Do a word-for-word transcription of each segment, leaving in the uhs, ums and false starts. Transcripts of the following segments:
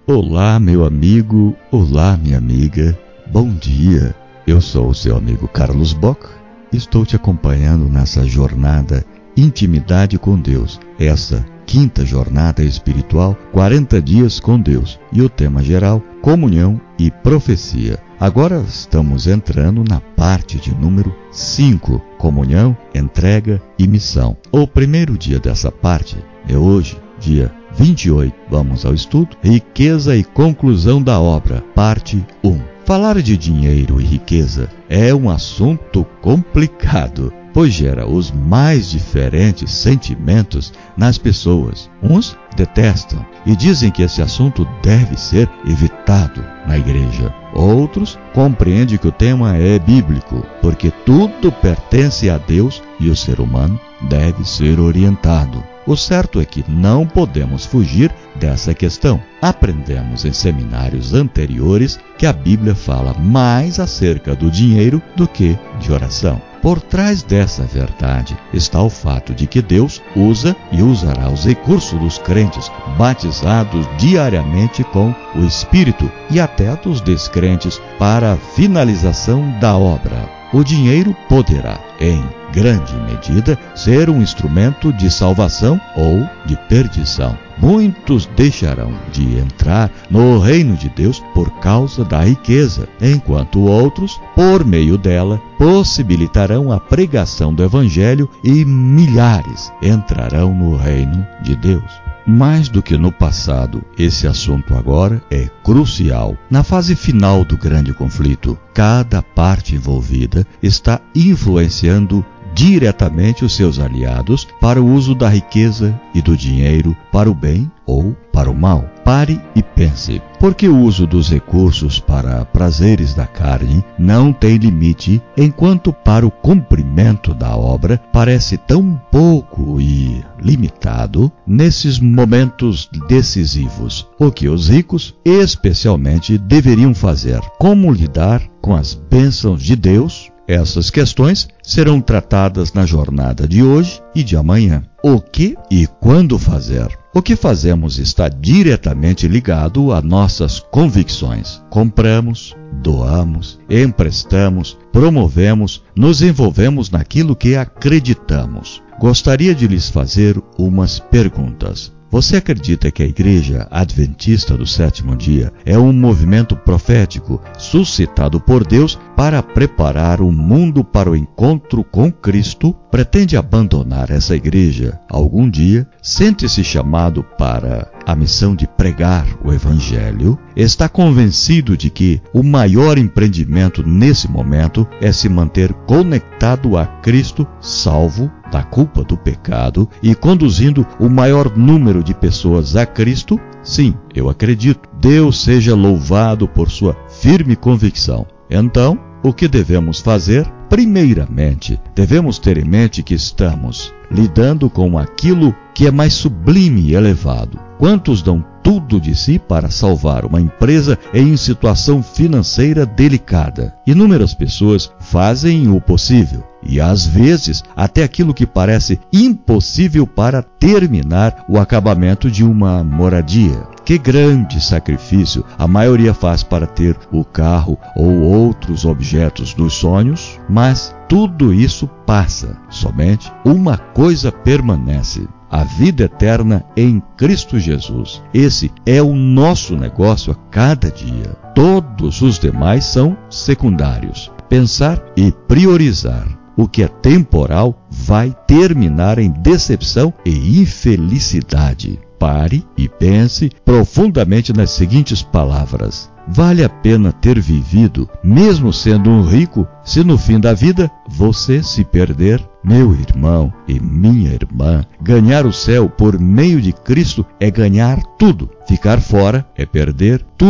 Olá, meu amigo, olá, minha amiga, bom dia. Eu sou o seu amigo Carlos Bock, estou te acompanhando nessa jornada Intimidade com Deus, essa quinta jornada espiritual, quarenta dias com Deus, e o tema geral, comunhão e profecia. Agora estamos entrando na parte de número cinco, comunhão, entrega e missão. O primeiro dia dessa parte é hoje, dia vinte e oito. Vamos ao estudo. Riqueza e conclusão da obra, parte um. Falar de dinheiro e riqueza é um assunto complicado, pois gera os mais diferentes sentimentos nas pessoas. Uns detestam e dizem que esse assunto deve ser evitado na igreja. Outros compreendem que o tema é bíblico, porque tudo pertence a Deus e o ser humano deve ser orientado. O certo é que não podemos fugir dessa questão. Aprendemos em seminários anteriores que a Bíblia fala mais acerca do dinheiro do que de oração. Por trás dessa verdade está o fato de que Deus usa e usará os recursos dos crentes batizados diariamente com o Espírito e até dos descrentes para a finalização da obra. O dinheiro poderá, em grande medida, ser um instrumento de salvação ou de perdição. Muitos deixarão de entrar no reino de Deus por causa da riqueza, enquanto outros, por meio dela, possibilitarão a pregação do Evangelho e milhares entrarão no reino de Deus. Mais do que no passado, esse assunto agora é crucial. Na fase final do grande conflito, cada parte envolvida está influenciando diretamente os seus aliados para o uso da riqueza e do dinheiro para o bem ou para o mal. Pare e pense, porque o uso dos recursos para prazeres da carne não tem limite, enquanto para o cumprimento da obra parece tão pouco e limitado nesses momentos decisivos. O que os ricos especialmente deveriam fazer? Como lidar com as bênçãos de Deus? Essas questões serão tratadas na jornada de hoje e de amanhã. O que e quando fazer? O que fazemos está diretamente ligado a nossas convicções. Compramos, doamos, emprestamos, promovemos, nos envolvemos naquilo que acreditamos. Gostaria de lhes fazer umas perguntas. Você acredita que a Igreja Adventista do Sétimo Dia é um movimento profético suscitado por Deus para preparar o mundo para o encontro com Cristo? Pretende abandonar essa igreja algum dia? Sente-se chamado para a missão de pregar o Evangelho? Está convencido de que o maior empreendimento nesse momento é se manter conectado a Cristo, salvo da culpa do pecado e conduzindo o maior número de pessoas a Cristo? Sim, eu acredito. Deus seja louvado por sua firme convicção. Então, o que devemos fazer? Primeiramente, devemos ter em mente que estamos lidando com aquilo que é mais sublime e elevado. Quantos dão tudo de si para salvar uma empresa em situação financeira delicada? Inúmeras pessoas fazem o possível e, às vezes, até aquilo que parece impossível para terminar o acabamento de uma moradia. Que grande sacrifício a maioria faz para ter o carro ou outros objetos dos sonhos, mas tudo isso passa. Somente uma coisa permanece: a vida eterna em Cristo Jesus. Esse é o nosso negócio a cada dia. Todos os demais são secundários. Pensar e priorizar o que é temporal vai terminar em decepção e infelicidade. Pare e pense profundamente nas seguintes palavras. Vale a pena ter vivido, mesmo sendo um rico, se no fim da vida você se perder? Meu irmão e minha irmã, ganhar o céu por meio de Cristo é ganhar tudo. Ficar fora é perder tudo.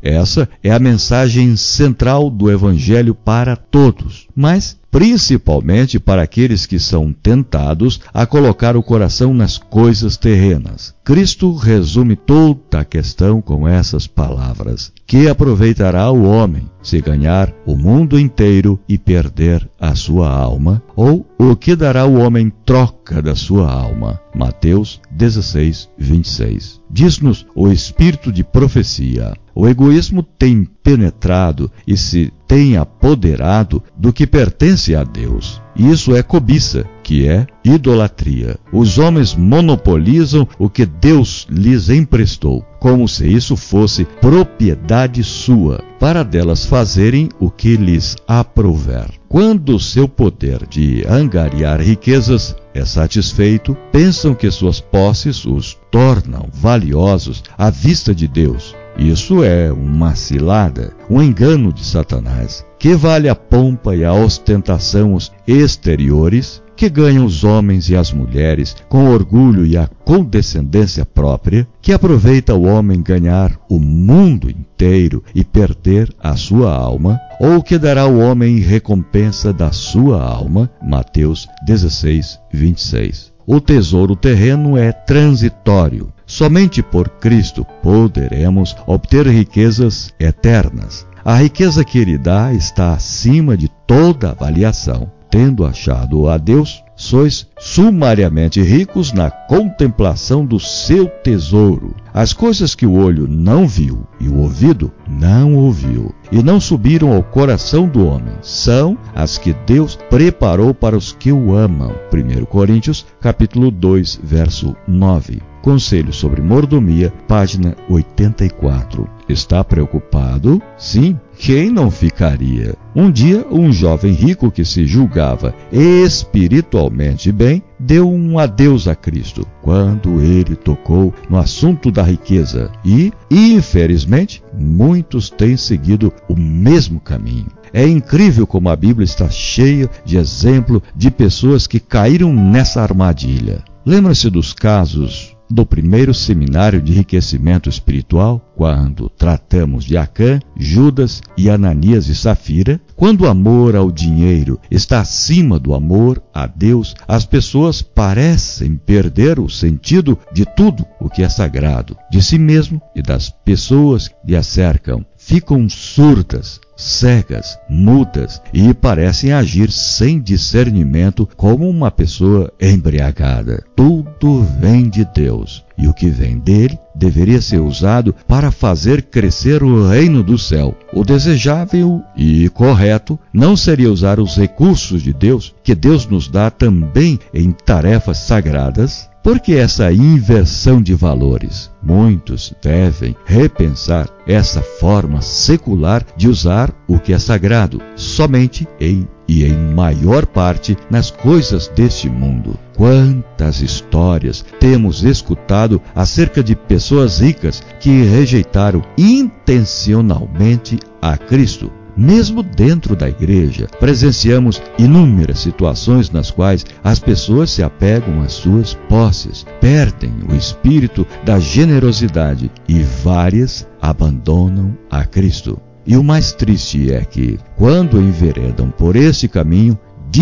Essa é a mensagem central do Evangelho para todos, mas principalmente para aqueles que são tentados a colocar o coração nas coisas terrenas. Cristo resume toda a questão com essas palavras: que aproveitará o homem se ganhar o mundo inteiro e perder a sua alma? Ou o que dará o homem em troca da sua alma? Mateus dezesseis, vinte e seis. Diz-nos o espírito de profecia: o egoísmo tem penetrado e se tem apoderado do que pertence a Deus. Isso é cobiça, que é idolatria. Os homens monopolizam o que Deus lhes emprestou, como se isso fosse propriedade sua, para delas fazerem o que lhes aprouver. Quando seu poder de angariar riquezas é satisfeito, pensam que suas posses os tornam valiosos à vista de Deus. Isso é uma cilada, um engano de Satanás. Que vale a pompa e a ostentação exteriores que ganham os homens e as mulheres com o orgulho e a condescendência própria? Que aproveita o homem ganhar o mundo inteiro e perder a sua alma? Ou que dará o homem em recompensa da sua alma? Mateus dezesseis, vinte e seis. O tesouro terreno é transitório. Somente por Cristo poderemos obter riquezas eternas. A riqueza que Ele dá está acima de toda avaliação. Tendo achado a Deus, sois sumariamente ricos na contemplação do seu tesouro. As coisas que o olho não viu e o ouvido não ouviu e não subiram ao coração do homem, são as que Deus preparou para os que o amam. primeira Coríntios, capítulo dois, verso nove. Conselho sobre mordomia, página oitenta e quatro. Está preocupado? Sim, quem não ficaria? Um dia, um jovem rico que se julgava espiritualmente bem, deu um adeus a Cristo quando ele tocou no assunto da riqueza e, infelizmente, muitos têm seguido o mesmo caminho. É incrível como a Bíblia está cheia de exemplo de pessoas que caíram nessa armadilha. Lembra-se dos casos do primeiro seminário de enriquecimento espiritual, quando tratamos de Acã, Judas e Ananias e Safira? Quando o amor ao dinheiro está acima do amor a Deus, as pessoas parecem perder o sentido de tudo o que é sagrado, de si mesmo e das pessoas que a cercam. Ficam surdas, cegas, mudas e parecem agir sem discernimento como uma pessoa embriagada. Tudo vem de Deus e o que vem dele deveria ser usado para fazer crescer o reino do céu. O desejável e correto não seria usar os recursos de Deus, que Deus nos dá também em tarefas sagradas? Por que essa inversão de valores? Muitos devem repensar essa forma secular de usar o que é sagrado, somente em e em maior parte nas coisas deste mundo. Quantas histórias temos escutado acerca de pessoas ricas que rejeitaram intencionalmente a Cristo? Mesmo dentro da igreja, presenciamos inúmeras situações nas quais as pessoas se apegam às suas posses, perdem o espírito da generosidade e várias abandonam a Cristo. E o mais triste é que, quando enveredam por esse caminho,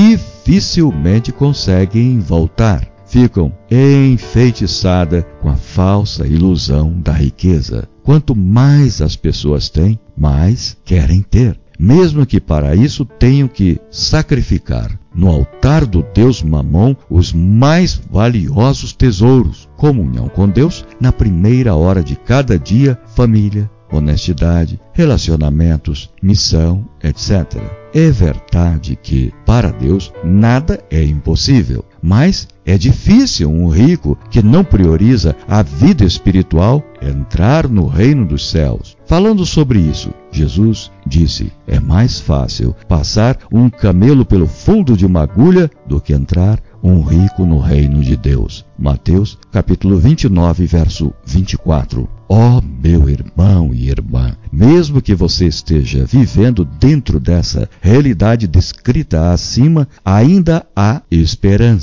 dificilmente conseguem voltar. Ficam enfeitiçadas com a falsa ilusão da riqueza. Quanto mais as pessoas têm, mais querem ter, mesmo que para isso tenham que sacrificar no altar do Deus Mamon os mais valiosos tesouros: comunhão com Deus na primeira hora de cada dia, família, honestidade, relacionamentos, missão, etcétera. É verdade que, para Deus, nada é impossível, mas é difícil um rico que não prioriza a vida espiritual entrar no reino dos céus. Falando sobre isso, Jesus disse: é mais fácil passar um camelo pelo fundo de uma agulha do que entrar um rico no reino de Deus. Mateus, capítulo vinte e nove, verso vinte e quatro. Ó, meu irmão e irmã, mesmo que você esteja vivendo dentro dessa realidade descrita acima, ainda há esperança.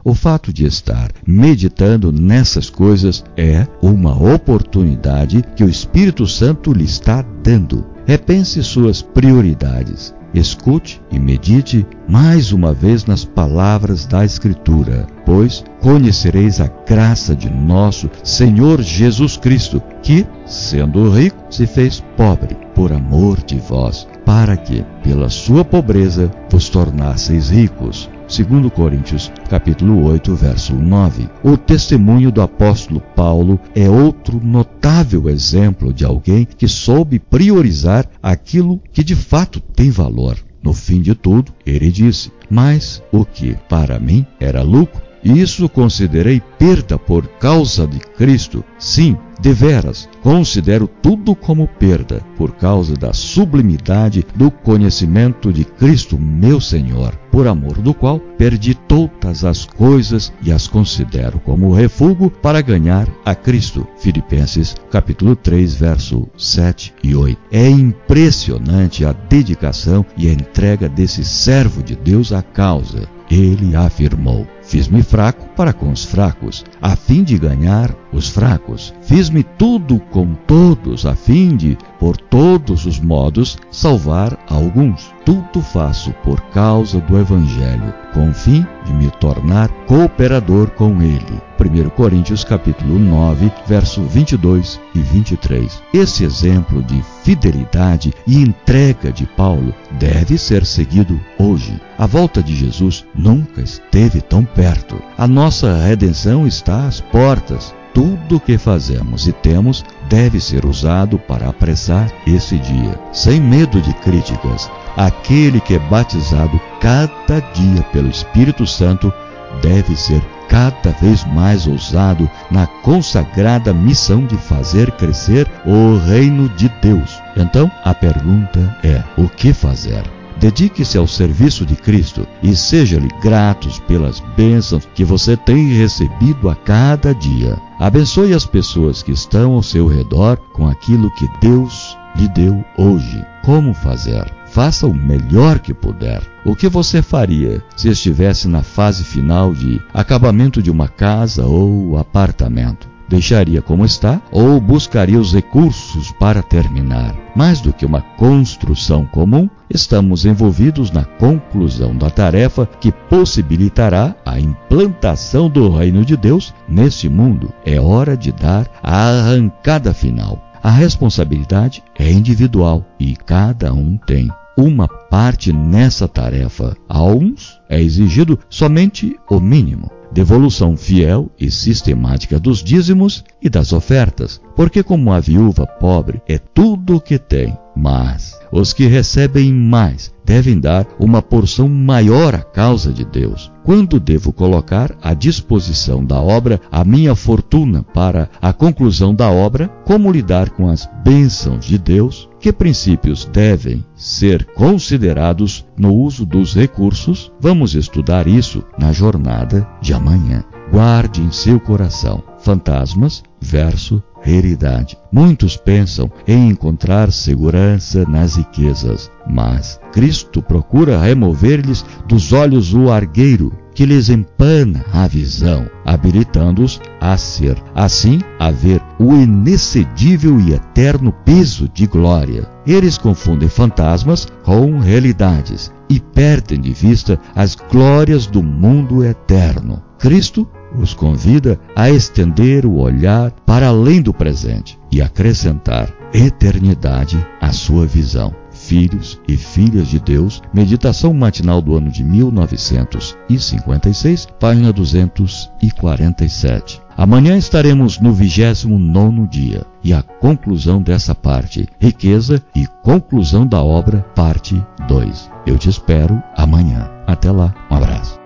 O fato de estar meditando nessas coisas é uma oportunidade que o Espírito Santo lhe está dando. Repense suas prioridades. Escute e medite mais uma vez nas palavras da Escritura, pois conhecereis a graça de nosso Senhor Jesus Cristo, que, sendo rico, se fez pobre por amor de vós, para que, pela sua pobreza, vos tornasseis ricos. Segundo Coríntios, capítulo oito, verso nove. O testemunho do apóstolo Paulo é outro notável exemplo de alguém que soube priorizar aquilo que de fato tem valor. No fim de tudo, ele disse: mas o que para mim era lucro, isso considerei perda por causa de Cristo. Sim, deveras, considero tudo como perda, por causa da sublimidade do conhecimento de Cristo, meu Senhor, por amor do qual perdi todas as coisas e as considero como refúgio para ganhar a Cristo. Filipenses, capítulo três, verso sete e oito. É impressionante a dedicação e a entrega desse servo de Deus à causa. Ele afirmou: fiz-me fraco para com os fracos, a fim de ganhar os fracos. Fiz-me tudo com todos, a fim de, por todos os modos, salvar alguns. Tudo faço por causa do Evangelho, com o fim de me tornar cooperador com ele. primeiro Coríntios, capítulo nove, verso vinte e dois e vinte e três. Esse exemplo de fidelidade e entrega de Paulo deve ser seguido hoje. A volta de Jesus nunca esteve tão perto. A nossa redenção está às portas. Tudo o que fazemos e temos deve ser usado para apressar esse dia. Sem medo de críticas, aquele que é batizado cada dia pelo Espírito Santo deve ser cada vez mais ousado na consagrada missão de fazer crescer o reino de Deus. Então, a pergunta é: o que fazer? Dedique-se ao serviço de Cristo e seja-lhe gratos pelas bênçãos que você tem recebido a cada dia. Abençoe as pessoas que estão ao seu redor com aquilo que Deus lhe deu hoje. Como fazer? Faça o melhor que puder. O que você faria se estivesse na fase final de acabamento de uma casa ou apartamento? Deixaria como está ou buscaria os recursos para terminar? Mais do que uma construção comum, estamos envolvidos na conclusão da tarefa que possibilitará a implantação do reino de Deus neste mundo. É hora de dar a arrancada final. A responsabilidade é individual e cada um tem uma parte nessa tarefa. A uns é exigido somente o mínimo: devolução fiel e sistemática dos dízimos e das ofertas, porque como a viúva pobre é tudo o que tem, mas os que recebem mais devem dar uma porção maior à causa de Deus. Quando devo colocar à disposição da obra a minha fortuna para a conclusão da obra? Como lidar com as bênçãos de Deus? Que princípios devem ser considerados no uso dos recursos? Vamos estudar isso na jornada de amanhã. Guarde em seu coração fantasmas versus realidade. Muitos pensam em encontrar segurança nas riquezas, mas Cristo procura remover-lhes dos olhos o argueiro que lhes empana a visão, habilitando-os a ser, assim, a ver o inexcedível e eterno peso de glória. Eles confundem fantasmas com realidades e perdem de vista as glórias do mundo eterno. Cristo os convida a estender o olhar para além do presente e acrescentar eternidade à sua visão. Filhos e filhas de Deus, meditação matinal do ano de mil novecentos e cinquenta e seis, página duzentos e quarenta e sete. Amanhã estaremos no vigésimo nono dia e a conclusão dessa parte, riqueza e conclusão da obra, parte dois. Eu te espero amanhã. Até lá, um abraço.